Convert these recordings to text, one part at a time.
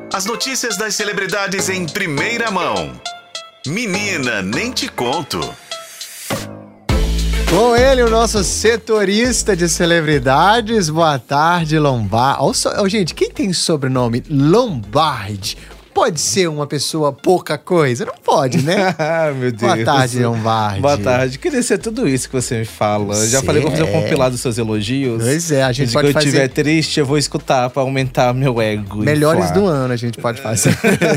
As notícias das celebridades em primeira mão. Menina, nem te conto. Com ele, o nosso setorista de celebridades. Boa tarde, Lombardi. Gente, quem tem sobrenome Lombardi pode ser uma pessoa pouca coisa? Não pode, né? Meu Deus. Boa tarde, Lombardi. Boa tarde. Queria ser tudo isso que você me fala. Eu já falei que vou fazer um compilado dos seus elogios. Pois é, a gente pode fazer. Se eu fazer... estiver triste, eu vou escutar pra aumentar meu ego. Melhores do ano a gente pode fazer.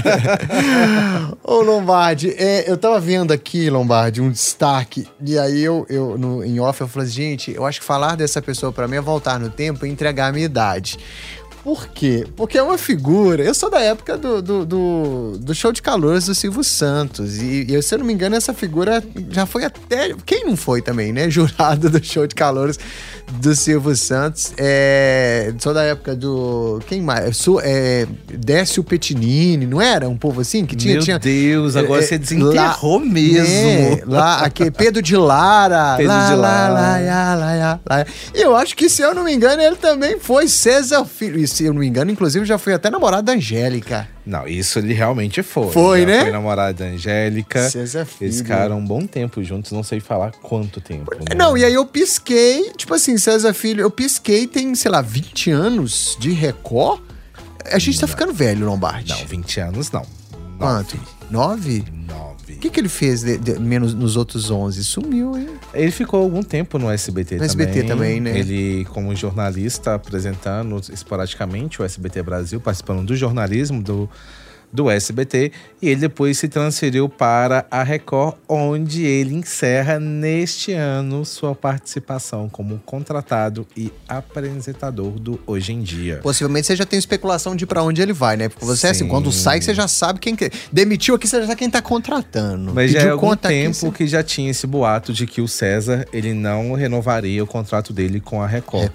Ô, Lombardi, eu tava vendo aqui, Lombardi, um destaque. E aí em off eu falei assim, gente, eu acho que falar dessa pessoa pra mim é voltar no tempo e entregar a minha idade. Por quê? Porque é uma figura... Eu sou da época do show de calouros do Silvio Santos. E se eu não me engano, essa figura já foi até... Quem não foi também, né? Jurado do show de calouros do Silvio Santos. Sou da época do... Quem mais? Décio Pettinini, não era? Um povo assim que tinha... Meu Deus, agora você desenterrou mesmo. Aqui, Pedro de Lara. Pedro de Lara. Eu acho que, se eu não me engano, ele também foi César Filho. E, se eu não me engano, inclusive, já foi até namorado da Angélica. Não, isso ele realmente foi. Foi, né? Foi namorado da Angélica. César Filho. Eles ficaram um bom tempo juntos, não sei falar quanto tempo. Né? Não, e aí eu pisquei, tipo assim, César Filho, eu pisquei tem, sei lá, 20 anos de Record. A gente tá ficando velho, Lombardi. Não, 20 anos não. Quanto? 9? 9. O que ele fez menos nos outros 11? Sumiu, hein? Ele ficou algum tempo no SBT também. No SBT também, né? Ele, como jornalista, apresentando esporadicamente o SBT Brasil, participando do jornalismo do SBT, e ele depois se transferiu para a Record, onde ele encerra neste ano sua participação como contratado e apresentador do Hoje em Dia. Possivelmente você já tem especulação de pra onde ele vai, né? Porque você, assim, quando sai, você já sabe quem... Demitiu aqui, você já sabe quem tá contratando. Mas já há algum tempo que já tinha esse boato de que o César, ele não renovaria o contrato dele com a Record.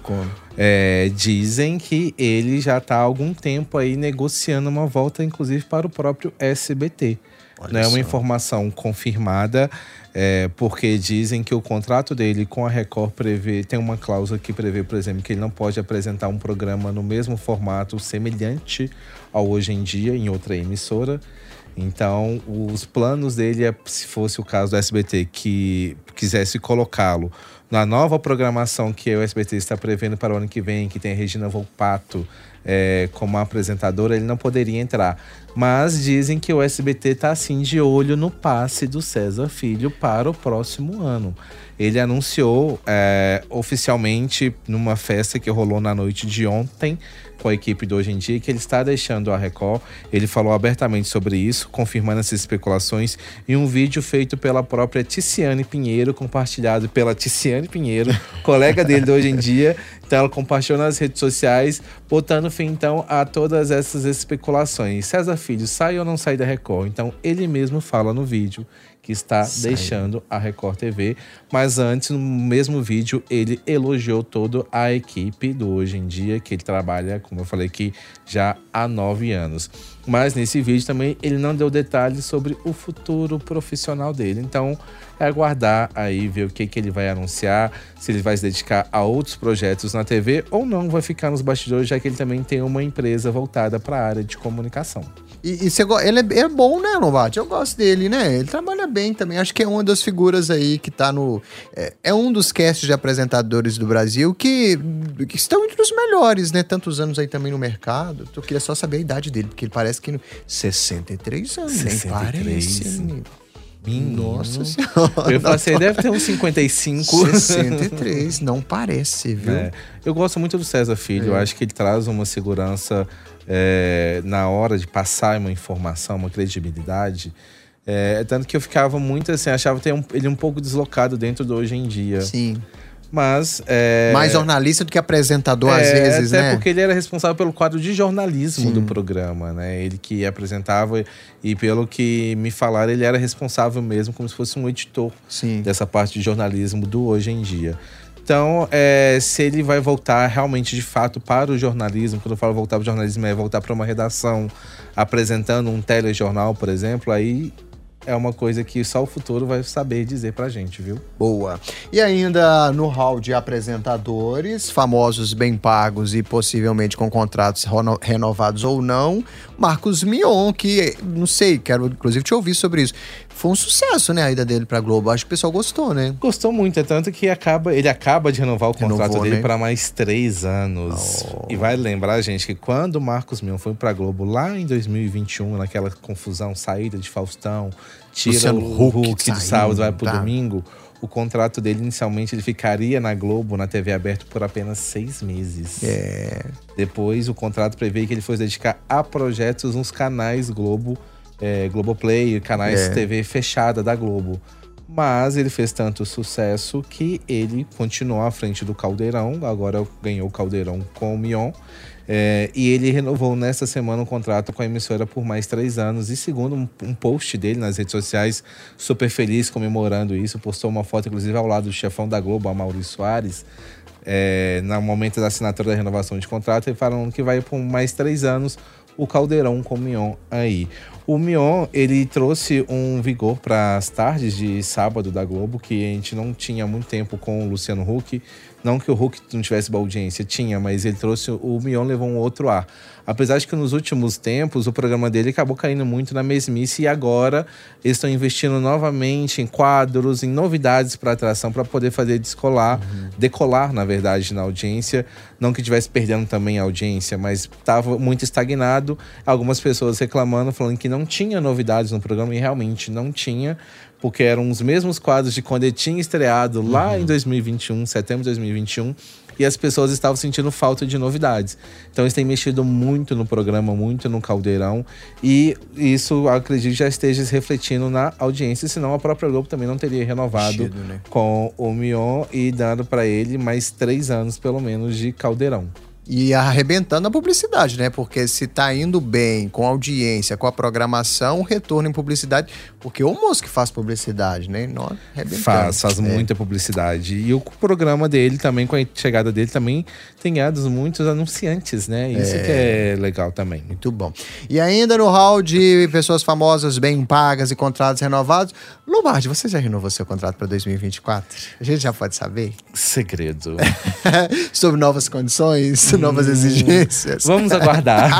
Dizem que ele já está há algum tempo aí negociando uma volta, inclusive, para o próprio SBT. Não é uma informação confirmada, porque dizem que o contrato dele com a Record tem uma cláusula que prevê, por exemplo, que ele não pode apresentar um programa no mesmo formato semelhante ao Hoje em Dia, em outra emissora. Então, os planos dele, se fosse o caso do SBT, que quisesse colocá-lo na nova programação que o SBT está prevendo para o ano que vem, que tem a Regina Volpato como apresentadora, ele não poderia entrar. Mas dizem que o SBT está assim de olho no passe do César Filho para o próximo ano. Ele anunciou oficialmente numa festa que rolou na noite de ontem com a equipe do Hoje em Dia que ele está deixando a Record. Ele falou abertamente sobre isso, confirmando essas especulações em um vídeo feito pela própria Ticiane Pinheiro, compartilhado pela Ticiane Pinheiro, colega dele do Hoje em Dia. Então ela compartilhou nas redes sociais, botando fim então a todas essas especulações. César Filho sai ou não sai da Record? Então ele mesmo fala no vídeo que está deixando a Record TV. Mas antes, no mesmo vídeo, ele elogiou toda a equipe do Hoje em Dia, que ele trabalha, como eu falei aqui, já há 9 anos. Mas nesse vídeo também ele não deu detalhes sobre o futuro profissional dele. Então é aguardar aí, ver o que ele vai anunciar, se ele vai se dedicar a outros projetos na TV ou não, vai ficar nos bastidores, já que ele também tem uma empresa voltada para a área de comunicação. E ele é bom, né, Lombardi? Eu gosto dele, né? Ele trabalha bem também. Acho que é uma das figuras aí que tá no... É um dos casts de apresentadores do Brasil que estão entre os melhores, né? Tantos anos aí também no mercado. Eu queria só saber a idade dele, porque ele parece que... 63 anos, 63. Nem parece, menino. Nossa senhora. Eu passei, deve ter uns 55. 63, não parece, viu? Eu gosto muito do César Filho. Eu acho que ele traz uma segurança na hora de passar uma informação, uma credibilidade. Tanto que eu ficava muito assim, achava ele um pouco deslocado dentro do Hoje em Dia. Sim. Mas... mais jornalista do que apresentador, às vezes, até né? porque ele era responsável pelo quadro de jornalismo do programa, né? Ele que apresentava, e pelo que me falaram, ele era responsável mesmo, como se fosse um editor dessa parte de jornalismo do Hoje em Dia. Então, se ele vai voltar realmente, de fato, para o jornalismo, quando eu falo voltar para o jornalismo, é voltar para uma redação, apresentando um telejornal, por exemplo, aí é uma coisa que só o futuro vai saber dizer pra gente, viu? Boa. E ainda no hall de apresentadores, famosos bem pagos e possivelmente com contratos renovados ou não, Marcos Mion, que, não sei, quero inclusive te ouvir sobre isso. Foi um sucesso, né, a ida dele pra Globo. Acho que o pessoal gostou, né? Gostou muito, é tanto que ele acaba de renovar o contrato dele, né? para mais 3 anos. E vai lembrar, gente, que quando o Marcos Mion foi pra Globo lá em 2021, naquela confusão, saída de Faustão, tira Luciano o Huck do sábado, vai pro tá. domingo, o contrato dele inicialmente ele ficaria na Globo, na TV aberta, por apenas 6 meses. Depois o contrato prevê que ele fosse dedicar a projetos nos canais Globo, Globoplay, canais TV fechada da Globo. Mas ele fez tanto sucesso que ele continuou à frente do Caldeirão. Agora ganhou o Caldeirão com o Mion. E ele renovou nesta semana um contrato com a emissora por mais 3 anos. E segundo um post dele nas redes sociais, super feliz comemorando isso, postou uma foto inclusive ao lado do chefão da Globo, Maurício Soares, no momento da assinatura da renovação de contrato, e falando que vai por mais 3 anos o Caldeirão com o Mion aí. O Mion, ele trouxe um vigor para as tardes de sábado da Globo, que a gente não tinha há muito tempo com o Luciano Huck. Não que o Huck não tivesse boa audiência, tinha, mas ele trouxe, o Mion levou um outro ar. Apesar de que nos últimos tempos o programa dele acabou caindo muito na mesmice, e agora eles estão investindo novamente em quadros, em novidades para atração, para poder fazer decolar, na verdade, na audiência. Não que estivesse perdendo também a audiência, mas estava muito estagnado. Algumas pessoas reclamando, falando que não tinha novidades no programa, e realmente não tinha, porque eram os mesmos quadros de quando ele tinha estreado lá em 2021, setembro de 2021, e as pessoas estavam sentindo falta de novidades. Então eles têm mexido muito no programa, muito no Caldeirão, e isso, acredito, já esteja se refletindo na audiência, senão a própria Globo também não teria renovado com o Mion e dando para ele mais 3 anos, pelo menos, de Caldeirão. E arrebentando a publicidade, né? Porque se tá indo bem com a audiência, com a programação, o retorno em publicidade. Porque o moço que faz publicidade, né? Não, faz muita publicidade. E o programa dele também, com a chegada dele, também tem ganhado muitos anunciantes, né? Isso que é legal também. Muito bom. E ainda no hall de pessoas famosas, bem pagas e contratos renovados. Lombardi, você já renovou seu contrato para 2024? A gente já pode saber? Segredo. Sobre novas condições, novas exigências. Vamos aguardar.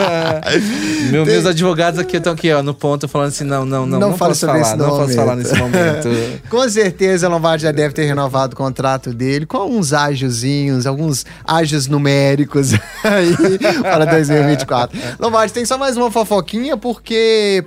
Meus advogados aqui estão aqui, ó, no ponto, falando assim, não posso falar nesse momento. Com certeza, Lombardi já deve ter renovado o contrato dele com alguns ágiozinhos, alguns ágios numéricos aí para 2024. Lombardi, tem só mais uma fofoquinha, porque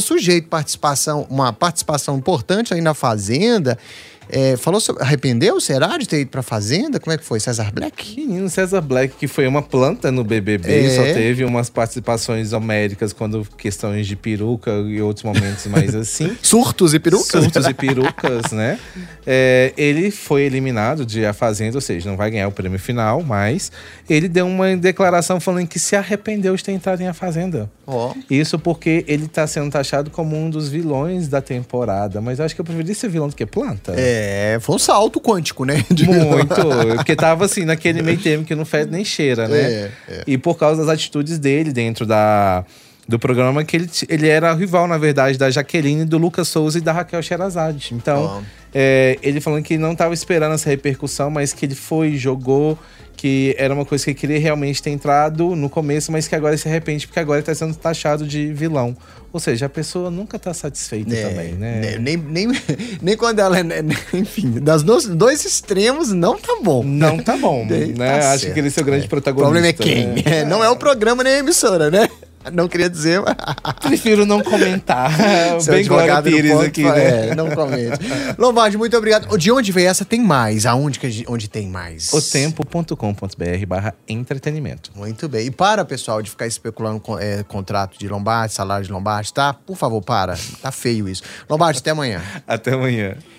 uma participação importante aí na Fazenda. Falou sobre, arrependeu, será, de ter ido pra Fazenda? Como é que foi? César Black? Menino, César Black, que foi uma planta no BBB, só teve umas participações homéricas quando questões de peruca e outros momentos mais assim. Surtos e perucas, né? Ele foi eliminado de A Fazenda, ou seja, não vai ganhar o prêmio final, mas ele deu uma declaração falando que se arrependeu de ter entrado em A Fazenda. Isso porque ele tá sendo taxado como um dos vilões da temporada, mas eu acho que eu preferi ser vilão do que planta. Foi um salto quântico, né? Muito, porque tava assim, naquele meio termo que não fede nem cheira, né? E por causa das atitudes dele dentro do programa, que ele era rival, na verdade, da Jaqueline, do Lucas Souza e da Raquel Sherazade. Então, ele falando que não estava esperando essa repercussão, mas que ele jogou, que era uma coisa que ele queria realmente ter entrado no começo, mas que agora ele se arrepende, porque agora ele está sendo taxado de vilão. Ou seja, a pessoa nunca tá satisfeita também, né? Nem quando ela... Enfim, das dois extremos não tá bom. Não tá bom, né? Acho que ele é o grande protagonista. O problema é quem? Né? Não é o programa nem a emissora, né? Não queria dizer, mas... Prefiro não comentar. Bem Glória Pires aqui, né? Não comente. Lombardi, muito obrigado. De onde veio essa? Tem mais? Onde tem mais? otempo.com.br/entretenimento. Muito bem. E para, pessoal, de ficar especulando contrato de Lombardi, salário de Lombardi, tá? Por favor, para. Tá feio isso. Lombardi, até amanhã. Até amanhã.